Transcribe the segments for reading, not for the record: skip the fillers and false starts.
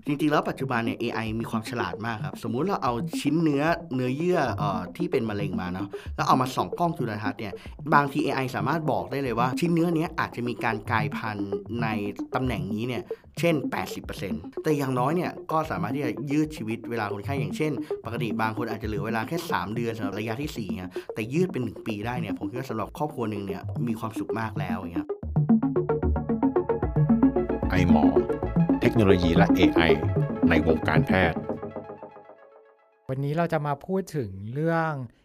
จริงๆแล้วปัจจุบันเนี่ย AI มีความฉลาดมากครับสมมุติเราเอาชิ้นเนื้อเยื่อที่เป็นมะเร็งมาเนาะแล้วเอามาส่องกล้องจุลทรรศน์เนี่ยบางที AI สามารถบอกได้เลยว่าชิ้นเนื้อเนี้ยอาจจะมีการกลายพันธุ์ในตำแหน่งนี้เนี่ยเช่น 80% แต่อย่างน้อยเนี่ยก็สามารถที่จะยืดชีวิตเวลาคนไข้อย่างเช่นปกติบางคนอาจจะเหลือเวลาแค่3 เดือนสำหรับระยะที่4เนี่ยแต่ยืดเป็น1 ปีได้เนี่ยผมคิดว่าสำหรับครอบครัวนึงเนี่ยมีความสุขมากแล้วอย่างเงี้ยไอหมอเทคโนโลยีและ AI ในวงการแพทย์วันนี้เราจะมาพูดถึงเรื่อง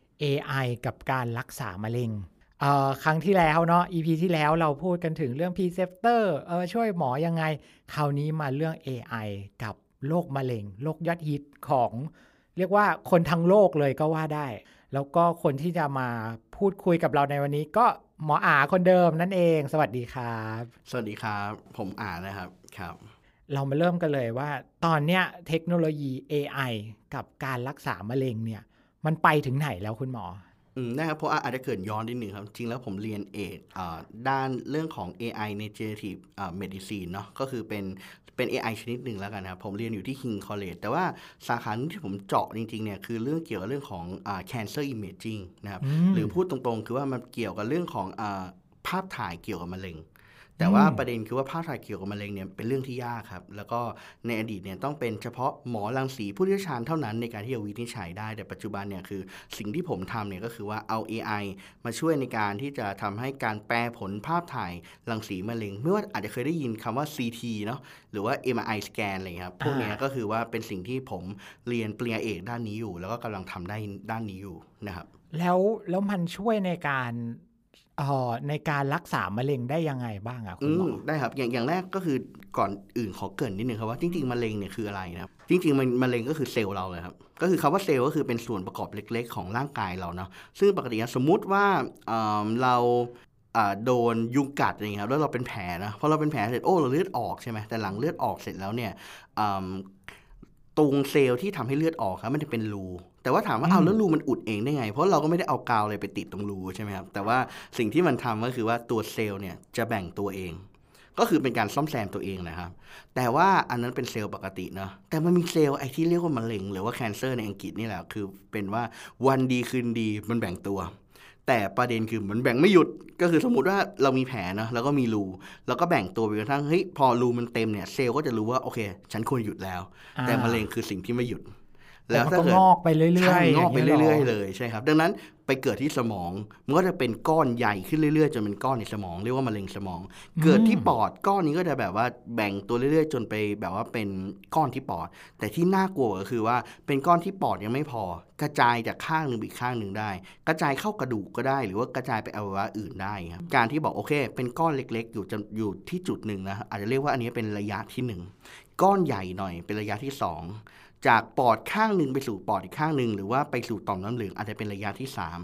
AI กับการรักษามะเร็งครั้งที่แล้วเนาะ EP ที่แล้วเราพูดกันถึงเรื่อง Preceptor ช่วยหมอยังไงคราวนี้มาเรื่อง AI กับโรคมะเร็งโรคยอดฮิตของเรียกว่าคนทั้งโลกเลยก็ว่าได้แล้วก็คนที่จะมาพูดคุยกับเราในวันนี้ก็หมออาคนเดิมนั่นเองสวัสดีครับสวัสดีครับผมอานะครับครับเรามาเริ่มกันเลยว่าตอนเนี้ยเทคโนโลยี AI กับการรักษามะเร็งเนี่ยมันไปถึงไหนแล้วคุณหมอนะครับเพราะอาจจะเกิดย้อนนิดหนึ่งครับจริงแล้วผมเรียนด้านเรื่องของ AI ใน Generative Medicine เนาะก็คือเป็น AI ชนิดหนึ่งแล้วกันนะครับผมเรียนอยู่ที่ King College แต่ว่าสาขาที่ผมเจาะจริงๆเนี่ยคือเรื่องเกี่ยวกับเรื่องของCancer Imaging นะครับหรือพูดตรงๆคือว่ามันเกี่ยวกับเรื่องของภาพถ่ายเกี่ยวกับมะเร็งแต่ว่าประเด็นคือว่าภาพถ่ายเกี่ยวกับมะเร็งเนี่ยเป็นเรื่องที่ยากครับแล้วก็ในอดีตเนี่ยต้องเป็นเฉพาะหมอรังสีผู้เชี่ยวชาญเท่านั้นในการที่จะวินิจฉัยได้แต่ปัจจุบันเนี่ยคือสิ่งที่ผมทำเนี่ยก็คือว่าเอา AI มาช่วยในการที่จะทำให้การแปลผลภาพถ่ายรังสีมะเร็งไม่ว่าอาจจะเคยได้ยินคำว่า CT เนาะหรือว่า MRI scan อะไรครับพวกนี้ก็คือว่าเป็นสิ่งที่ผมเรียนปริญญาเอกด้านนี้อยู่แล้วก็กำลังทำได้ด้านนี้อยู่นะครับแล้วมันช่วยในการรักษามะเร็งได้ยังไงบ้างคุณหมอได้ครับอย่างแรกก็คือก่อนอื่นขอเกริ่นนิดนึงครับว่าจริงๆมะเร็งเนี่ยคืออะไรนะครับจริงๆมะเร็งก็คือเซลล์เราเลยครับก็คือคำว่าเซลล์ก็คือเป็นส่วนประกอบเล็กๆของร่างกายเราเนาะซึ่งปกติสมมุติว่าเราโดนยุงกัดอะไรเงี้ยครับแล้วเราเป็นแผลนะพอเราเป็นแผลเสร็จเราเลือดออกใช่ไหมแต่หลังเลือดออกเสร็จแล้วเนี่ยตรงเซลล์ที่ทำให้เลือดออกครับมันจะเป็นรูแต่ว่าถามว่าแล้วรูมันอุดเองได้ไงเพราะเราก็ไม่ได้เอากาวอะไรไปติดตรงรูใช่ไหมครับแต่ว่าสิ่งที่มันทำก็คือว่าตัวเซลล์เนี่ยจะแบ่งตัวเองก็คือเป็นการซ่อมแซมตัวเองนะครับแต่ว่าอันนั้นเป็นเซลล์ปกติเนาะแต่มันมีเซลล์ไอ้ที่เรียกว่ามะเร็งหรือว่าแคนเซอร์ในอังกฤษนี่แหละคือเป็นว่าวันดีคืนดีมันแบ่งตัวแต่ประเด็นคือมันแบ่งไม่หยุดก็คือสมมุติว่าเรามีแผลเนาะแล้วก็มีรูแล้วก็แบ่งตัวไปกระทั่งพอรูมันเต็มเนี่ยเซลล์ก็จะรู้ว่าโอเคฉันควรหยุดแล้วแต่มะเร็งคือสิ่งที่ไม่หยุดแล้วถ้าเกิดงอกไปเรื่อยๆงอกไปเรื่อยๆเลยใช่ครับดังนั้นไปเกิดที่สมองมันก็จะเป็นก้อนใหญ่ขึ้นเรื่อยๆจนเป็นก้อนในสมองเรียกว่ามะเร็งสมองเกิดที่ปอดก้อนนี้ก็จะแบบว่าแบ่งตัวเรื่อยๆจนไปแบบว่าเป็นก้อนที่ปอดแต่ที่น่ากลัวก็คือว่าเป็นก้อนที่ปอดยังไม่พอกระจายจากข้างนึงไปอีกข้างนึงได้กระจายเข้ากระดูกก็ได้หรือว่ากระจายไปอวัยวะอื่นได้ครับการที่บอกโอเคเป็นก้อนเล็กๆอยู่ที่จุดหนึ่งนะอาจจะเรียกว่าอันนี้เป็นระยะที่1ก้อนใหญ่หน่อยเป็นระยะที่2จากปอดข้างหนึ่งไปสู่ปอดอีกข้างหนึ่งหรือว่าไปสู่ต่อมน้ำเหลืองอาจจะเป็นระยะที่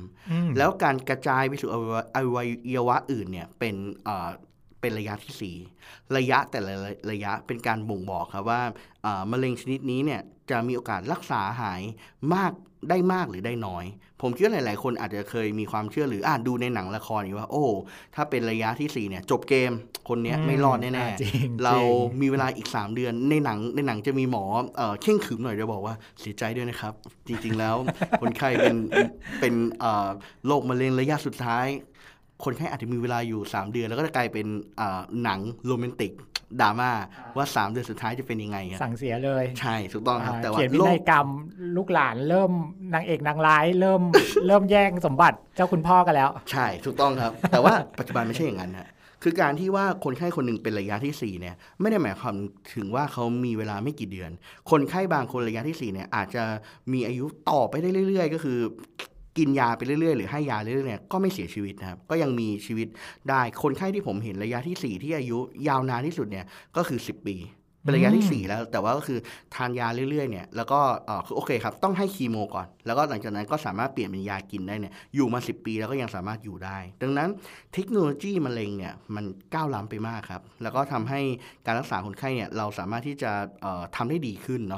3แล้วการกระจายไปสู่อวัยวะอื่นเนี่ยเป็นระยะที่4ระยะแต่ละระยะเป็นการบ่งบอกครับว่ามะเร็งชนิดนี้เนี่ยจะมีโอกาสรักษาหายมากหรือได้น้อยผมคิดว่าหลายๆคนอาจจะเคยมีความเชื่อหรือดูในหนังละครว่าถ้าเป็นระยะที่4เนี่ยจบเกมคนนี้ไม่รอดแน่ๆเรามีเวลาอีก3เดือนในหนังจะมีหมอเข่งขรึมหน่อยจะบอกว่าเสียใจด้วยนะครับจริงๆแล้ว คนไข้เป็นโรคมะเร็งระยะสุดท้ายคนไข้อาจจะมีเวลาอยู่3เดือนแล้วก็จะกลายเป็นหนังโรแมนติกดราม่าว่า3เดือนสุดท้ายจะเป็นยังไงสั่งเสียเลยใช่ถูกต้องครับแต่ว่าเขียนพินัยกรรมลูกหลานเริ่มนางเอกนางร้ายเริ่มแย่งสมบัติเจ้าคุณพ่อกันแล้วใช่ถูกต้องครับแต่ว่าปัจจุบันไม่ใช่อย่างนั้นนะคือการที่ว่าคนไข้คนหนึ่งเป็นระยะที่4เนี่ยไม่ได้หมายความถึงว่าเขามีเวลาไม่กี่เดือนคนไข้บางคนระยะที่4เนี่ยอาจจะมีอายุต่อไปได้เรื่อยๆก็คือกินยาไปเรื่อยๆหรือให้ยาเรื่อยๆเนี่ยก็ไม่เสียชีวิตนะครับก็ยังมีชีวิตได้คนไข้ที่ผมเห็นระยะที่4ที่อายุยาวนานที่สุดเนี่ยก็คือ10 ปีเป็นระยะที่4แล้วแต่ว่าก็คือทานยาเรื่อยๆเนี่ยแล้วก็คือโอเคครับต้องให้คีโมก่อนแล้วก็หลังจากนั้นก็สามารถเปลี่ยนเป็นยากินได้เนี่ยอยู่มา10 ปีแล้วก็ยังสามารถอยู่ได้ดังนั้นเทคโนโลยีมะเร็งเนี่ยมันก้าวล้ำไปมากครับแล้วก็ทำให้การรักษาคนไข้เนี่ยเราสามารถที่จะทำได้ดีขึ้นเนาะ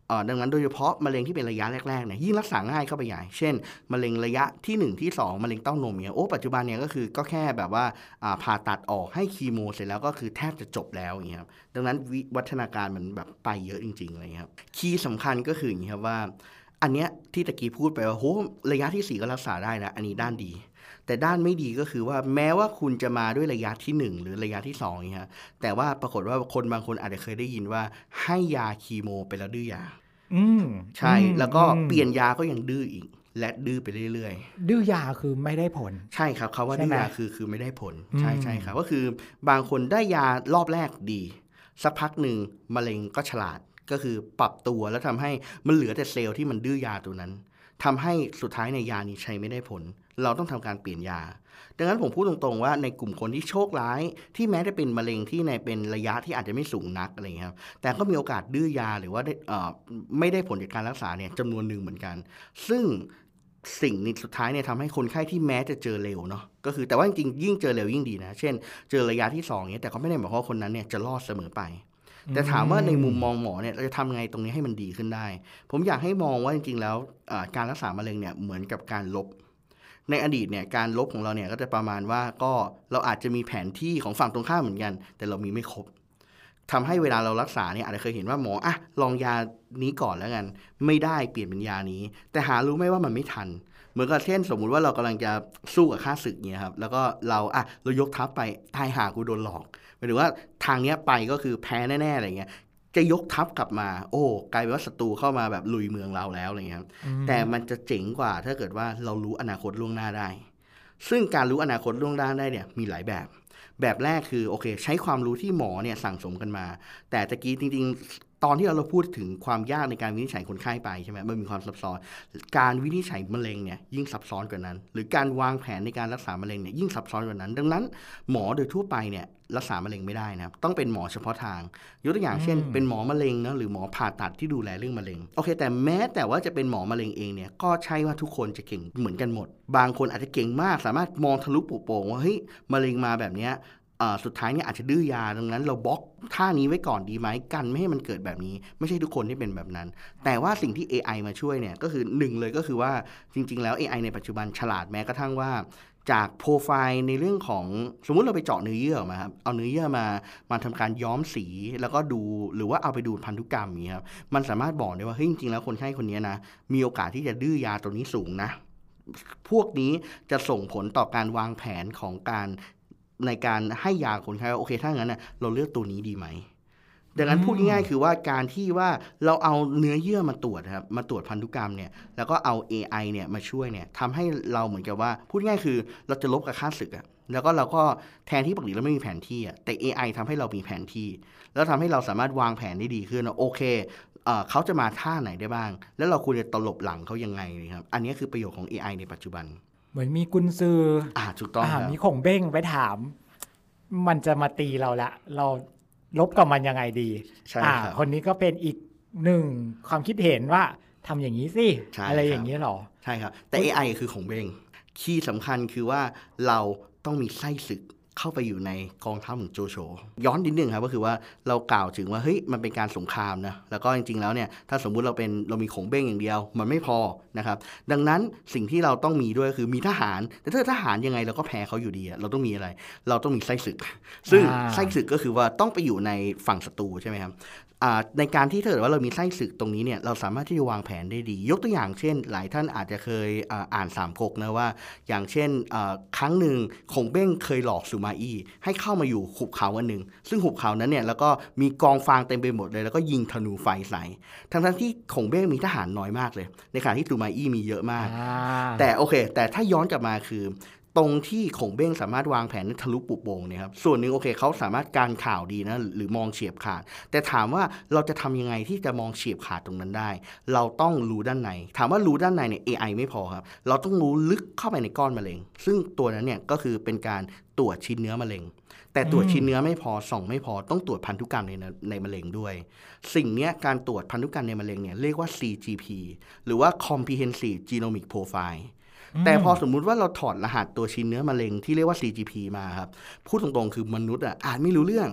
ดังนั้นโดยเฉพาะมะเร็งที่เป็นระยะแรกๆเนี่ยยิ่งรักษาง่ายเข้าไปใหญ่เช่นมะเร็งระยะที่1ที่2มะเร็งเต้านมเนี่ยปัจจุบันเนี่ยก็คือก็แค่แบบว่าผ่าตัดออกให้คีโมเสร็จแล้วก็คือแทบจะจบแล้วอย่างเงี้ยครับดังนั้นวัฒนาการมันแบบไปเยอะจริงๆอะไรเงี้ยครับคีย์สำคัญก็คืออย่างนี้ครับว่าอันเนี้ยที่ตะกี้พูดไปว่าโหระยะที่4ก็รักษาได้นะอันนี้ด้านดีแต่ด้านไม่ดีก็คือว่าแม้ว่าคุณจะมาด้วยระยะที่1หรือระยะที่2อย่างเงี้ยแต่ว่าปรากฏว่าคนบางคนอาจจะเคยได้ยินว่าให้ยาคีโมไปแล้วดื้อยาใช่แล้วก็เปลี่ยนยาก็ยังดื้ออีกและดื้อไปเรื่อยๆดื้อยาคือไม่ได้ผลใช่ครับเขาว่าดื้อยาคือไม่ได้ผลใช่ครับก็คือบางคนได้ยารอบแรกดีสักพักหนึ่งมะเร็งก็ฉลาดก็คือปรับตัวแล้วทำให้มันเหลือแต่เซลล์ที่มันดื้อยาตัวนั้นทำให้สุดท้ายในยานี้ใช้ไม่ได้ผลเราต้องทำการเปลี่ยนยาดังนั้นผมพูดตรงๆว่าในกลุ่มคนที่โชคร้ายที่แม้จะเป็นมะเร็งที่ในเป็นระยะที่อาจจะไม่สูงนักอะไรเงี้ยครับแต่ก็มีโอกาสดื้อยาหรือว่าไม่ได้ผลจากการรักษาเนี่ยจำนวนหนึ่งเหมือนกันซึ่งสิ่งนี้สุดท้ายเนี่ยทำให้คนไข้ที่แม้จะเจอเร็วเนาะก็คือแต่ว่าจริงๆยิ่งเจอเร็วยิ่งดีนะเช่นเจอระยะที่2เนี่ยแต่ก็ไม่ได้หมายความว่าคนนั้นเนี่ยจะรอดเสมอไปแต่ถามว่าในมุมมองหมอเนี่ยเราจะทำไงตรงนี้ให้มันดีขึ้นได้ผมอยากให้มองว่าจริงๆแล้วการรักษามะเร็งเนี่ยเหมือนกับการลบในอดีตเนี่ยการลบของเราเนี่ยก็จะประมาณว่าก็เราอาจจะมีแผนที่ของฝั่งตรงข้ามเหมือนกันแต่เรามีไม่ครบทำให้เวลาเรารักษาเนี่ยอาจจะเคยเห็นว่าหมอลองยานี้ก่อนแล้วกันไม่ได้เปลี่ยนเป็นยานี้แต่หารู้ไหมว่ามันไม่ทันเหมือนกับเช่นสมมุติว่าเรากำลังจะสู้กับข้าศึกเนี่ยครับแล้วก็เรายกทัพไปตายหากูโดนหลอกหมายถึงว่าทางเนี้ยไปก็คือแพ้แน่ๆอะไรเงี้ยจะยกทัพกลับมากลายเป็นว่าศัตรูเข้ามาแบบลุยเมืองเราแล้วอะไรเงี้ยครับแต่มันจะเจ๋งกว่าถ้าเกิดว่าเรารู้อนาคตล่วงหน้าได้ซึ่งการรู้อนาคตล่วงหน้าได้เนี่ยมีหลายแบบแรกคือโอเคใช้ความรู้ที่หมอเนี่ยสั่งสมกันมาแต่ตะกี้จริงๆตอนที่เราพูดถึงความยากในการวินิจฉัยคนไข้ไปใช่ไหมมันมีความซับซ้อนการวินิจฉัยมะเร็งเนี่ยยิ่งซับซ้อนกว่านั้นหรือการวางแผนในการรักษามะเร็งเนี่ยยิ่งซับซ้อนกว่านั้นดังนั้นหมอโดยทั่วไปเนี่ยรักษามะเร็งไม่ได้นะต้องเป็นหมอเฉพาะทางยกตัวอย่างเช่นเป็นหมอมะเร็งนะหรือหมอผ่าตัดที่ดูแลเรื่องมะเร็งโอเคแต่แม้แต่ว่าจะเป็นหมอมะเร็งเองเนี่ยก็ใช่ว่าทุกคนจะเก่งเหมือนกันหมดบางคนอาจจะเก่งมากสามารถมองทะลุโปร่งว่าเฮ้ยมะเร็งมาแบบเนี้ยสุดท้ายเนี่ยอาจจะดื้อยาดังนั้นเราบล็อกท่านี้ไว้ก่อนดีไหมกันไม่ให้มันเกิดแบบนี้ไม่ใช่ทุกคนที่เป็นแบบนั้นแต่ว่าสิ่งที่ AI มาช่วยเนี่ยก็คือ1เลยก็คือว่าจริงๆแล้ว AI ในปัจจุบันฉลาดแม้กระทั่งว่าจากโปรไฟล์ในเรื่องของสมมุติเราไปเจาะเนื้อเยื่อมาครับเอาเนื้อเยื่อมาทำการย้อมสีแล้วก็ดูหรือว่าเอาไปดูพันธุกรรมอย่างเงี้ยครับมันสามารถบอกได้ว่าเฮ้ยจริงๆแล้วคนไข้คนนี้นะมีโอกาสที่จะดื้อยาตัวนี้สูงนะพวกนี้จะส่งผลต่อการวางแผนของการในการให้ยาคนไข้โอเคถ้างั้นเราเลือกตัวนี้ดีไหมดังนั้นพูดง่ายๆคือว่าการที่ว่าเราเอาเนื้อเยื่อมาตรวจครับมาตรวจพันธุกรรมเนี่ยแล้วก็เอา AI เนี่ยมาช่วยเนี่ยทำให้เราเหมือนกับว่าพูดง่ายคือเราจะลบกับข้าศึกแล้วก็เราก็แทนที่ปกติเราไม่มีแผนที่แต่ AI ทำให้เรามีแผนที่แล้วทำให้เราสามารถวางแผนได้ดีขึ้นโอเคเขาจะมาท่าไหนได้บ้างแล้วเราควรจะตลบหลังเขายังไงครับอันนี้คือประโยชน์ของ AI ในปัจจุบันเหมือนมีกุญซือถูกต้องมีข่งเบ้งไปถามมันจะมาตีเราละเราลบกับมันยังไงดีคนนี้ก็เป็นอีกหนึ่งความคิดเห็นว่าทำอย่างนี้สิอะไรอย่างนี้หรอใช่ครับแต่ AI คือข่งเบ้งคีย์สำคัญคือว่าเราต้องมีไส้ศึกเข้าไปอยู่ในกองทัพของโจโฉย้อนนิดนึงครับก็คือว่าเรากล่าวถึงว่าเฮ้ยมันเป็นการสงครามนะแล้วก็จริงๆแล้วเนี่ยถ้าสมมุติเรามีข่งเบ้งอย่างเดียวมันไม่พอนะครับดังนั้นสิ่งที่เราต้องมีด้วยคือมีทหารแต่ถ้าทหารยังไงเราก็แพ้เขาอยู่ดีเราต้องมีอะไรเราต้องมีไส้ศึกซึ่งไส้ศึกก็คือว่าต้องไปอยู่ในฝั่งศัตรูใช่ไหมครับในการที่ถ้าเกิดว่าเรามีไส้ศึกตรงนี้เนี่ยเราสามารถที่จะวางแผนได้ดียกตัวอย่างเช่นหลายท่านอาจจะเคยอ่านสามก๊กนะว่าอย่างเช่นครั้งหนึ่งข่งเบ้งเคยหลอกสุมาอี้ให้เข้ามาอยู่หุบเขาอันหนึ่งซึ่งหุบเขานั้นเนี่ยแล้วก็มีกองฟางเต็มไปหมดเลยแล้วก็ยิงธนูไฟใส่ทั้งที่ข่งเบ้งมีทหารน้อยมากเลยในขณะที่สุมาอี้มีเยอะมากแต่โอเคแต่ถ้าย้อนกลับมาคือตรงที่ข่งเบ้งสามารถวางแผนทะลุปุโป่งเนี่ยครับส่วนหนึ่งโอเคเขาสามารถการข่าวดีนะหรือมองเฉียบขาดแต่ถามว่าเราจะทำยังไงที่จะมองเฉียบขาดตรงนั้นได้เราต้องรู้ด้านในถามว่ารู้ด้านในเนี่ย AI ไม่พอครับเราต้องรู้ลึกเข้าไปในก้อนมะเร็งซึ่งตัวนั้นเนี่ยก็คือเป็นการตรวจชิ้นเนื้อมะเร็งแต่ตรวจชิ้นเนื้อไม่พอส่องไม่พอต้องตรวจพันธุกรรมในมะเร็งด้วยสิ่งนี้การตรวจพันธุกรรมในมะเร็งเนี่ยเรียกว่า CGP หรือว่า Comprehensive Genomic Profileแต่พอสมมุติว่าเราถอดรหัสตัวชิ้นเนื้อมะเร็งที่เรียกว่า CGP มาครับพูดตรงๆคือมนุษย์อาจไม่รู้เรื่องก็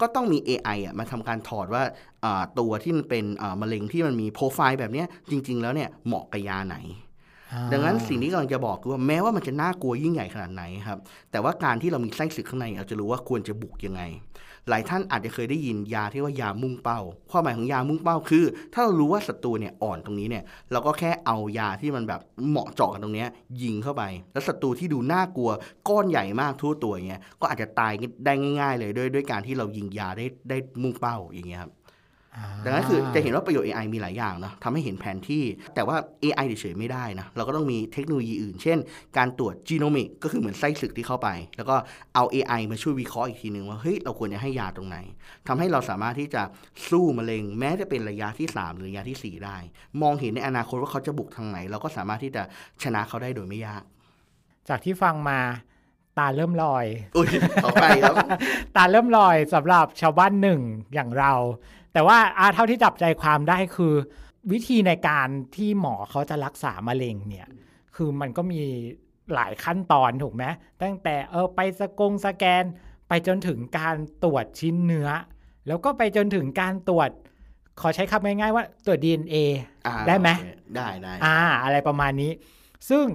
ก็ต้องมี AI มาทำการถอดว่าตัวที่มันเป็นมะเร็งที่มันมีโปรไฟล์แบบนี้จริงๆแล้วเนี่ยเหมาะกับยาไหนดังนั้นสิ่งที่กำลังจะบอกคือว่าแม้ว่ามันจะน่ากลัวยิ่งใหญ่ขนาดไหนครับแต่ว่าการที่เรามีไส้ศึกข้างในเราจะรู้ว่าควรจะบุกยังไงหลายท่านอาจจะเคยได้ยินยาที่ว่ายามุ่งเป้าความหมายของยามุ่งเป้าคือถ้าเรารู้ว่าศัตรูเนี่ยอ่อนตรงนี้เนี่ยเราก็แค่เอายาที่มันแบบเหมาะเจาะกันตรงนี้ยิงเข้าไปแล้วศัตรูที่ดูน่ากลัวก้อนใหญ่มากทั่วตัวอย่างเงี้ยก็อาจจะตายได้ง่ายๆเลยด้วยการที่เรายิงยาได้มุ่งเป้าอย่างเงี้ยครับดังนั้นคือจะเห็นว่าประโยชน์ AI มีหลายอย่างนะทำให้เห็นแผนที่แต่ว่า AI เฉยๆไม่ได้นะเราก็ต้องมีเทคโนโลยีอื่นเช่นการตรวจจีโนมิกก็คือเหมือนไส้ศึกที่เข้าไปแล้วก็เอา AI มาช่วยวิเคราะห์อีกทีนึงว่าเฮ้ยเราควรจะให้ยาตรงไหนทำให้เราสามารถที่จะสู้มะเร็งแม้จะเป็นระยะที่3หรือระยะที่4ได้มองเห็นในอนาคตว่าเขาจะบุกทางไหนเราก็สามารถที่จะชนะเขาได้โดยไม่ยากจากที่ฟังมาตาเริ่มลอยต่อไปครับตาเริ่มลอยสำหรับชาวบ้านหนึ่งอย่างเราแต่ว่าเท่าที่จับใจความได้คือวิธีในการที่หมอเขาจะรักษามะเร็งเนี่ยคือมันก็มีหลายขั้นตอนถูกไหมตั้งแต่ไปสแกนไปจนถึงการตรวจชิ้นเนื้อแล้วก็ไปจนถึงการตรวจขอใช้คำง่ายๆว่าตรวจ DNA ได้ไหมได้อะไรประมาณนี้ซึ่ง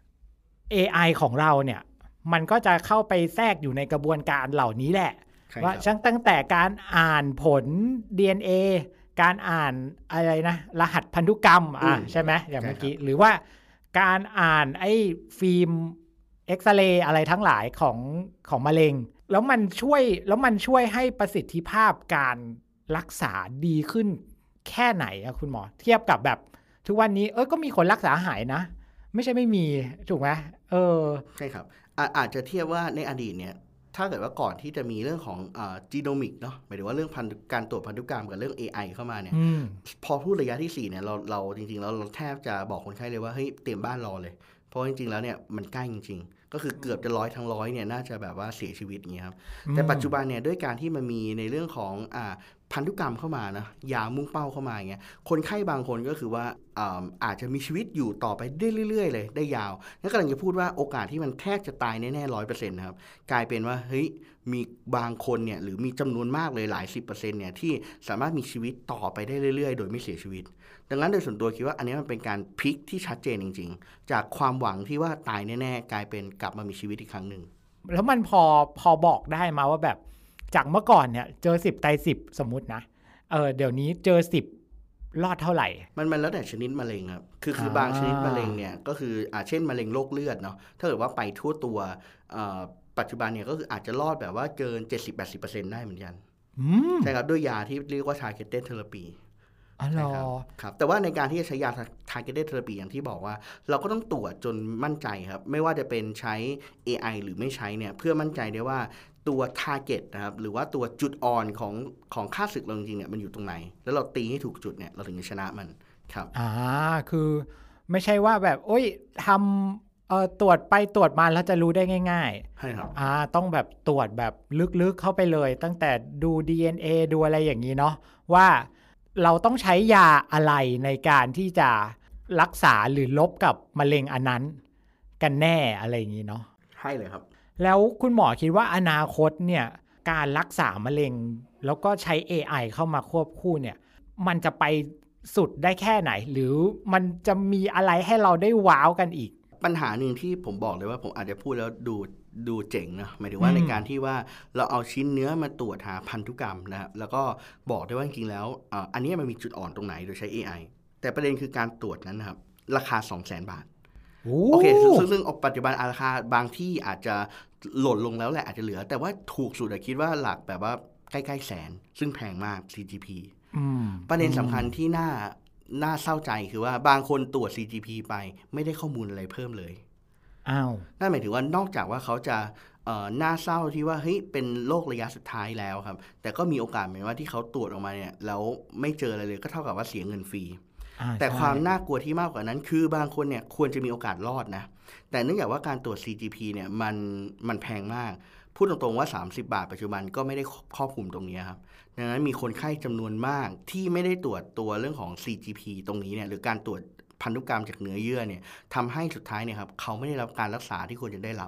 AI ของเราเนี่ยมันก็จะเข้าไปแทรกอยู่ในกระบวนการเหล่านี้แหละว่าตั้งแต่การอ่านผล DNA การอ่านอะไรนะรหัสพันธุกรรมใช่ไหมอย่างเมื่อกี้หรือว่าการอ่านไอ้ฟิล์มเอ็กซเรย์อะไรทั้งหลายของมะเร็งแล้วมันช่วยให้ประสิทธิภาพการรักษาดีขึ้นแค่ไหนอะคุณหมอเทียบกับแบบทุกวันนี้ก็มีคนรักษาหายนะไม่ใช่ไม่มีถูกไหมใช่ครับอาจจะเทียบว่าในอดีตเนี่ยถ้าเกิดว่าก่อนที่จะมีเรื่องของจีโนมิกเนาะหมายถึงว่าเรื่องการตรวจพันธุกรรมกับเรื่อง AI เข้ามาเนี่ยพอพูดระยะที่4เนี่ยเราจริงๆแล้วเราแทบจะบอกคนไข้เลยว่าเฮ้ยเตรียมบ้านรอเลยเพราะจริงๆแล้วเนี่ยมันใกล้จริงๆก็คือเกือบจะ100ทั้ง100เนี่ยน่าจะแบบว่าเสียชีวิตอย่างเงี้ยครับแต่ปัจจุบันเนี่ยด้วยการที่มันมีในเรื่องของพันธุกรรมเข้ามานะยามุ่งเป้าเข้ามาอย่างเงี้ยคนไข้บางคนก็คือว่าอาจจะมีชีวิตอยู่ต่อไปได้เรื่อยๆเลยได้ยาวนั่นกำลังจะพูดว่าโอกาสที่มันแทบจะตายแน่ๆ 100% นะครับกลายเป็นว่าเฮ้ยมีบางคนเนี่ยหรือมีจำนวนมากเลยหลาย10%เนี่ยที่สามารถมีชีวิตต่อไปได้เรื่อยๆโดยไม่เสียชีวิตดังนั้นโดยส่วนตัวคิดว่าอันนี้มันเป็นการพลิกที่ชัดเจนจริงๆจากความหวังที่ว่าตายแน่ๆกลายเป็นกลับมามีชีวิตอีกครั้งหนึ่งแล้วมันพอบอกได้มาว่าแบบจากเมื่อก่อนเนี่ยเจอ10ตาย10สมมุตินะเดี๋ยวนี้เจอ10รอดเท่าไหร่มันแล้วแต่ชนิดมะเร็งครับคือบางชนิดมะเร็งเนี่ยก็คือเช่นมะเร็งโรคเลือดเนาะถ้าเกิดว่าไปทั่วตัวปัจจุบันเนี่ยก็คืออาจจะรอดแบบว่าเกิน 70-80% ได้เหมือนกันใช่ครับด้วยยาที่เรียกว่า targeted therapy ครับแต่ว่าในการที่จะใช้ยา targeted therapy อย่างที่บอกว่าเราก็ต้องตรวจจนมั่นใจครับไม่ว่าจะเป็นใช้ AI หรือไม่ใช้เนี่ยเพื่อมั่นใจได้ว่าตัว target นะครับหรือว่าตัวจุดอ่อนของค่าศึกเราจริงๆเนี่ยมันอยู่ตรงไหนแล้วเราตีให้ถูกจุดเนี่ยเราถึงจะชนะมันครับคือไม่ใช่ว่าแบบทำตรวจไปตรวจมาแล้วจะรู้ได้ง่ายๆใช่ครับต้องแบบตรวจแบบลึกๆเข้าไปเลยตั้งแต่ดู DNA ดูอะไรอย่างนี้เนาะว่าเราต้องใช้ยาอะไรในการที่จะรักษาหรือลบกับมะเร็งอันนั้นกันแน่อะไรอย่างนี้เนาะใช่เลยครับแล้วคุณหมอคิดว่าอนาคตเนี่ยการรักษามะเร็งแล้วก็ใช้ AI เข้ามาควบคู่เนี่ยมันจะไปสุดได้แค่ไหนหรือมันจะมีอะไรให้เราได้ว้าวกันอีกปัญหาหนึ่งที่ผมบอกเลยว่าผมอาจจะพูดแล้วดูเจ๋งนะหมายถึงว่าในการที่ว่าเราเอาชิ้นเนื้อมาตรวจหาพันธุกรรมนะครับแล้วก็บอกได้ว่าจริงๆแล้วอันนี้มันมีจุดอ่อนตรงไหนโดยใช้ AI แต่ประเด็นคือการตรวจนั้นนะครับราคา 200,000 บาทโอเคซึ่งปัจจุบันราคาบางที่อาจจะหล่นลงแล้วแหละอาจจะเหลือแต่ว่าถูกสุดคิดว่าหลักแบบว่าใกล้ๆแสนซึ่งแพงมาก CGP ประเด็นสำคัญที่น่าเศร้าใจคือว่าบางคนตรวจ CGP ไปไม่ได้ข้อมูลอะไรเพิ่มเลยนั่นหมายถึงว่านอกจากว่าเขาจะน่าเศร้าที่ว่าเฮ้ยเป็นโรคระยะสุดท้ายแล้วครับแต่ก็มีโอกาสเหมือนว่าที่เขาตรวจออกมาเนี่ยแล้วไม่เจออะไรเลยก็เท่ากับว่าเสียเงินฟรีแต่ความน่ากลัวที่มากกว่านั้นคือบางคนเนี่ยควรจะมีโอกาสรอดนะแต่เนื่องจากว่าการตรวจ CGP เนี่ยมันแพงมากพูดตรงๆว่า30 บาทปัจจุบันก็ไม่ได้ครอบคลุมตรงนี้ครับดังนั้นมีคนไข้จำนวนมากที่ไม่ได้ตรวจตัวเรื่องของ CGP ตรงนี้เนี่ยหรือการตรวจพันธุกรรมจากเนื้อเยื่อเนี่ยทำให้สุดท้ายเนี่ยครับเขาไม่ได้รับการรักษาที่ควรจะได้รับ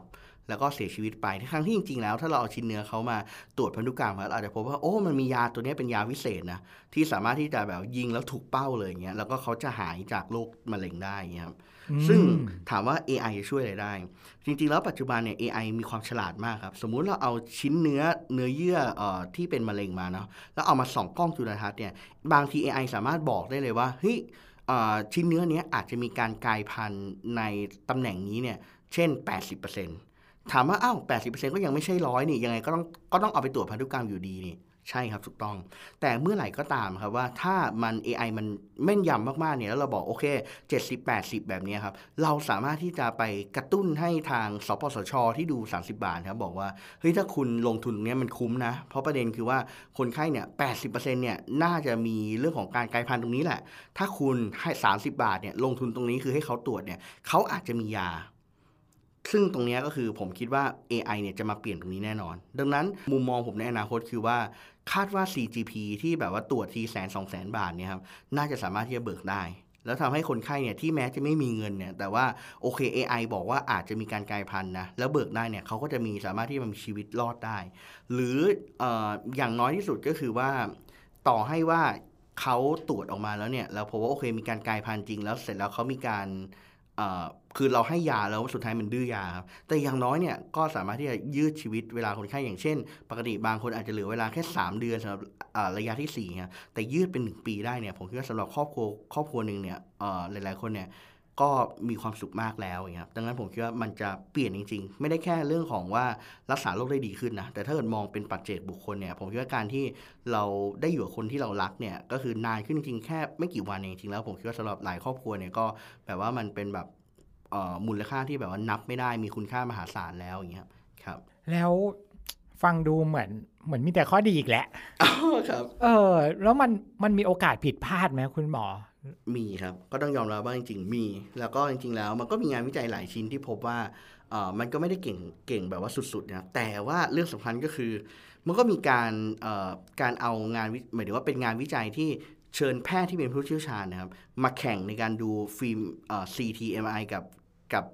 แล้วก็เสียชีวิตไปทั้งที่จริงๆแล้วถ้าเราเอาชิ้นเนื้อเขามาตรวจพันธุกรรมเราอาจจะพบว่าโอ้มันมียาตัวนี้เป็นยาวิเศษนะที่สามารถที่จะแบบยิงแล้วถูกเป้าเลยอย่างเงี้ยแล้วก็เขาจะหายจากโรคมะเร็งได้เงี้ยครับซึ่งถามว่า AI จะช่วยอะไรได้จริงๆแล้วปัจจุบันเนี่ย AI มีความฉลาดมากครับสมมุติเราเอาชิ้นเนื้อเยื่อที่เป็นมะเร็งมาเนาะแล้วเอามาส่องกล้องจุลทรรศน์เนี่ยบางที AI สามารถบอกได้เลยว่าเฮ้ยชิ้นเนื้อนี้อาจจะมีการกลายพันธุ์ในตำแหน่งนี้เนี่ยเช่น 80%ถามว่าอ้าว 80% ก็ยังไม่ใช่100นี่ยังไงก็ต้องเอาไปตรวจพันธุกรรมอยู่ดีนี่ใช่ครับถูกต้องแต่เมื่อไหร่ก็ตามครับว่าถ้ามัน AI มันแม่นยำมากๆเนี่ยแล้วเราบอกโอเค70-80แบบนี้ครับเราสามารถที่จะไปกระตุ้นให้ทางสปสช.ที่ดู30 บาทครับบอกว่าเฮ้ยถ้าคุณลงทุนตรงนี้มันคุ้มนะเพราะประเด็นคือว่าคนไข้เนี่ย 80% เนี่ยน่าจะมีเรื่องของการกลายพันธุ์ตรงนี้แหละถ้าคุณให้30 บาทเนี่ยลงทุนตรงนี้คือให้เขาตรวจเนี่ยเขาอาจจะมียาซึ่งตรงนี้ก็คือผมคิดว่า AI เนี่ยจะมาเปลี่ยนตรงนี้แน่นอนดังนั้นมุมมองผมในอนาคตคือว่าคาดว่า CGP ที่แบบว่าตรวจที100,000-200,000 บาทเนี่ยครับน่าจะสามารถที่จะเบิกได้แล้วทำให้คนไข้เนี่ยที่แม้จะไม่มีเงินเนี่ยแต่ว่าโอเค AI บอกว่าอาจจะมีการกลายพันธุ์นะแล้วเบิกได้เนี่ยเขาก็จะสามารถที่จะมีชีวิตรอดได้หรืออย่างน้อยที่สุดก็คือว่าต่อให้ว่าเขาตรวจออกมาแล้วเนี่ยแล้วพบว่าโอเคมีการกลายพันธุ์จริงแล้วเสร็จแล้วเขามีการคือเราให้ยาแล้วสุดท้ายมันดื้อยาครับแต่อย่างน้อยเนี่ยก็สามารถที่จะยืดชีวิตเวลาคนไข้อย่างเช่นปกติบางคนอาจจะเหลือเวลาแค่3 เดือนสำหรับระยะที่4ครับแต่ยืดเป็น1 ปีได้เนี่ยผมคิดว่าสำหรับครอบครัวนึงเนี่ยหลายๆคนเนี่ยก็มีความสุขมากแล้วอย่างเงี้ยดังนั้นผมคิดว่ามันจะเปลี่ยนจริงๆไม่ได้แค่เรื่องของว่ารักษาโรคได้ดีขึ้นนะแต่ถ้าเกิดมองเป็นปัจเจกบุคคลเนี่ยผมคิดว่าการที่เราได้อยู่กับคนที่เรารักเนี่ยก็คือนานขึ้นจริงๆแค่ไม่กี่วันเองจริงแล้วผมคิดว่าสำหรับหลายครอบครัวเนี่ยก็แบบว่ามันเป็นแบบมูลค่าที่แบบว่านับไม่ได้มีคุณค่ามหาศาลแล้วอย่างเงี้ยครับแล้วฟังดูเหมือนมีแต่ข้อดีอีกแหละครับแล้วมันมีโอกาสผิดพลาดไหมคุณหมอมีครับก็ต้องยอมรับว่าจริงๆมีแล้วก็จริงๆแล้วมันก็มีงานวิจัยหลายชิ้นที่พบว่ามันก็ไม่ได้เก่งแบบว่าสุดๆนะแต่ว่าเรื่องสำคัญก็คือมันก็มีการเอางานหมายถึงว่าเป็นงานวิจัยที่เชิญแพทย์ที่เป็นผู้เชี่ยวชาญนะครับมาแข่งในการดูฟิล์มCT MRI กับ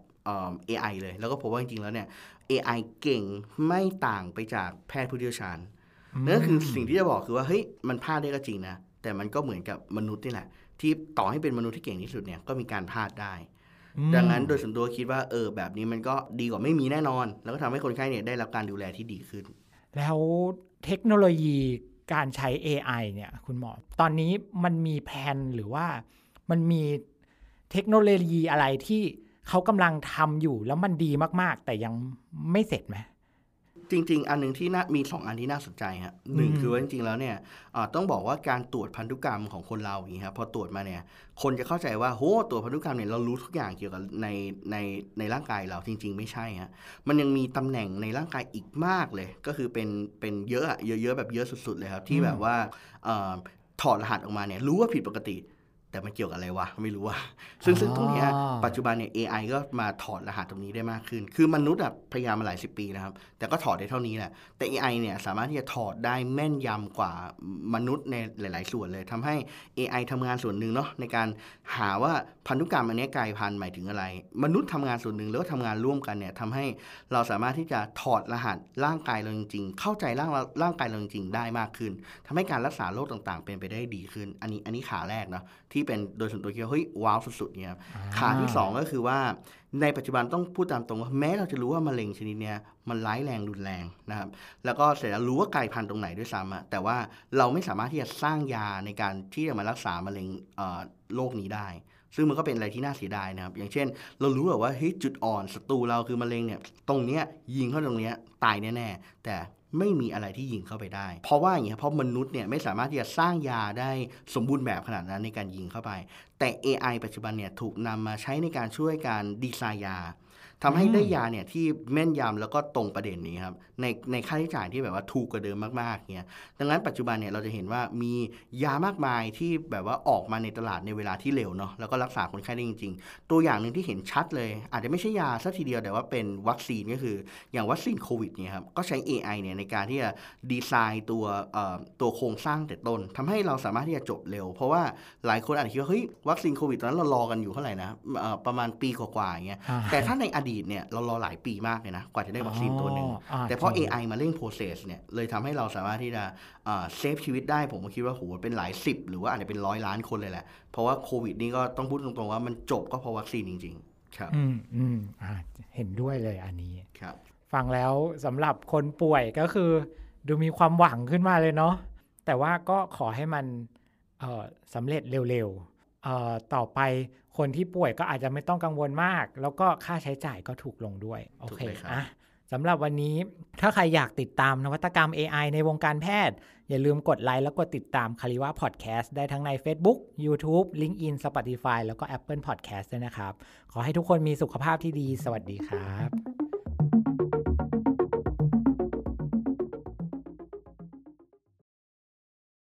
AI เลยแล้วก็พบว่าจริงๆแล้วเนี่ย AI เก่งไม่ต่างไปจากแพทย์ผู้เชี่ยวชาญนั่นก็คือสิ่งที่จะบอกคือว่าเฮ้ยมันพลาดได้ก็จริงนะแต่มันก็เหมือนกับมนุษย์นี่แหละที่ต่อให้เป็นมนุษย์ที่เก่งที่สุดเนี่ยก็มีการพลาดได้ดังนั้นโดยส่วนตัวคิดว่าแบบนี้มันก็ดีกว่าไม่มีแน่นอนแล้วก็ทำให้คนไข้เนี่ยได้รับการดูแลที่ดีขึ้นแล้วเทคโนโลยีการใช้ AI เนี่ยคุณหมอตอนนี้มันมีแผนหรือว่ามันมีเทคโนโลยีอะไรที่เขากำลังทำอยู่แล้วมันดีมากๆแต่ยังไม่เสร็จไหมจริงๆอันนึงที่มี2อันที่น่าสนใจครับหนึ่งคือว่าจริงๆแล้วเนี่ยต้องบอกว่าการตรวจพันธุกรรมของคนเราอย่างนี้ครับพอตรวจมาเนี่ยคนจะเข้าใจว่าโหตรวจพันธุกรรมเนี่ยเรารู้ทุกอย่างเกี่ยวกับในร่างกายเราจริงๆไม่ใช่ฮะมันยังมีตำแหน่งในร่างกายอีกมากเลยก็คือเป็นเยอะแบบเยอะสุดๆเลยครับที่แบบว่าถอดรหัสออกมาเนี่ยรู้ว่าผิดปกติแต่มันเกี่ยวกับอะไรวะไม่รู้ว่าซึ่งตรงนี้ปัจจุบันเนี่ย AI ก็มาถอดรหัสตรงนี้ได้มากขึ้นคือมนุษย์พยายามมาหลาย10 ปีนะครับแต่ก็ถอดได้เท่านี้แหละแต่ AI เนี่ยสามารถที่จะถอดได้แม่นยำกว่ามนุษย์ในหลายๆส่วนเลยทำให้ AI ทำงานส่วนหนึ่งเนาะในการหาว่าพันธุกรรมอันนี้กลายพันธุ์หมายถึงอะไรมนุษย์ทำงานส่วนหนึ่งแล้วก็ทำงานร่วมกันเนี่ยทำให้เราสามารถที่จะถอดรหัสร่างกายเราจริงๆเข้าใจร่างกายเราจริงๆได้มากขึ้นทำให้การรักษาโรคต่างๆเป็นไปได้ดีขึ้นอันนี้ขาแรกเนาะที่เป็นโดยส่วนตัวคิดว่าเฮ้ยว้าวสุดๆเนี่ยขาที่2ก็คือว่าในปัจจุบันต้องพูดตามตรงว่าแม้เราจะรู้ว่ามะเร็งชนิดเนี้ยมันร้ายแรงรุนแรงนะครับแล้วก็เสร็จแล้วรู้ว่ากลายพันธุ์ตรงไหนด้วยซ้ำแต่ว่าเราไม่สามารถที่จะสร้างยาในการที่จะมารักษามะเร็งโรคนี้ได้ซึ่งมันก็เป็นอะไรที่น่าเสียดายนะครับอย่างเช่นเรารู้แบบว่าเฮ้ยจุดอ่อนศัตรูเราคือมะเร็งเนี่ยตรงเนี้ยยิงเข้าตรงเนี้ยตายแน่ๆแต่ไม่มีอะไรที่ยิงเข้าไปได้เพราะว่าอย่างเงี้ยเพราะมนุษย์เนี่ยไม่สามารถที่จะสร้างยาได้สมบูรณ์แบบขนาดนั้นในการยิงเข้าไปแต่ AI ปัจจุบันเนี่ยถูกนำมาใช้ในการช่วยการดีไซน์ยาทำให้ได้ยาเนี่ยที่แม่นยำแล้วก็ตรงประเด็นนี้ครับในค่าใช้จ่ายที่แบบว่าถูกกว่าเดิมมากๆเนี่ยดังนั้นปัจจุบันเนี่ยเราจะเห็นว่ามียามากมายที่แบบว่าออกมาในตลาดในเวลาที่เร็วเนาะแล้วก็รักษาคนไข้ได้จริงๆตัวอย่างนึงที่เห็นชัดเลยอาจจะไม่ใช่ยาซะทีเดียวแต่ว่าเป็นวัคซีนก็คืออย่างวัคซีนโควิดเนี่ยครับก็ใช้ AI เนี่ยในการที่จะดีไซน์ตัวโครงสร้างแต่ต้นทำให้เราสามารถที่จะจบเร็วเพราะว่าหลายคนอาจจะคิดว่าเฮ้ยวัคซีนโควิดตอนนั้นเรารอกันอยู่เท่าไหร่นะประมาณปีกว่าๆอย่างเงี้ยแต่ถ้าในอดีตเนี่ยเรารอหลายปีมากเลยนะกว่าจะได้วัคซีนตัวหนึ่งแต่พอ AI มาเร่ง process เนี่ยเลยทำให้เราสามารถที่จะเซฟชีวิตได้ผมก็คิดว่าโหเป็นหลาย10หรือว่าอาจจะเป็น100 ล้านคนเลยแหละเพราะว่าโควิดนี่ก็ต้องพูดตรงๆว่ามันจบก็เพราะวัคซีนจริงๆครับเห็นด้วยเลยอันนี้ครับฟังแล้วสำหรับคนป่วยก็คือดูมีความหวังขึ้นมาเลยเนาะแต่ว่าก็ขอให้มันสำเร็จเร็วๆต่อไปคนที่ป่วยก็อาจจะไม่ต้องกังวลมากแล้วก็ค่าใช้จ่ายก็ถูกลงด้วยโอเคสำหรับวันนี้ถ้าใครอยากติดตามนวัตกรรม AI ในวงการแพทย์อย่าลืมกดไลค์แล้วกดติดตาม Kariwa Podcast ได้ทั้งใน Facebook YouTube LinkedIn Spotify แล้วก็ Apple Podcast ด้วยนะครับขอให้ทุกคนมีสุขภาพที่ดีสวัสดีครับ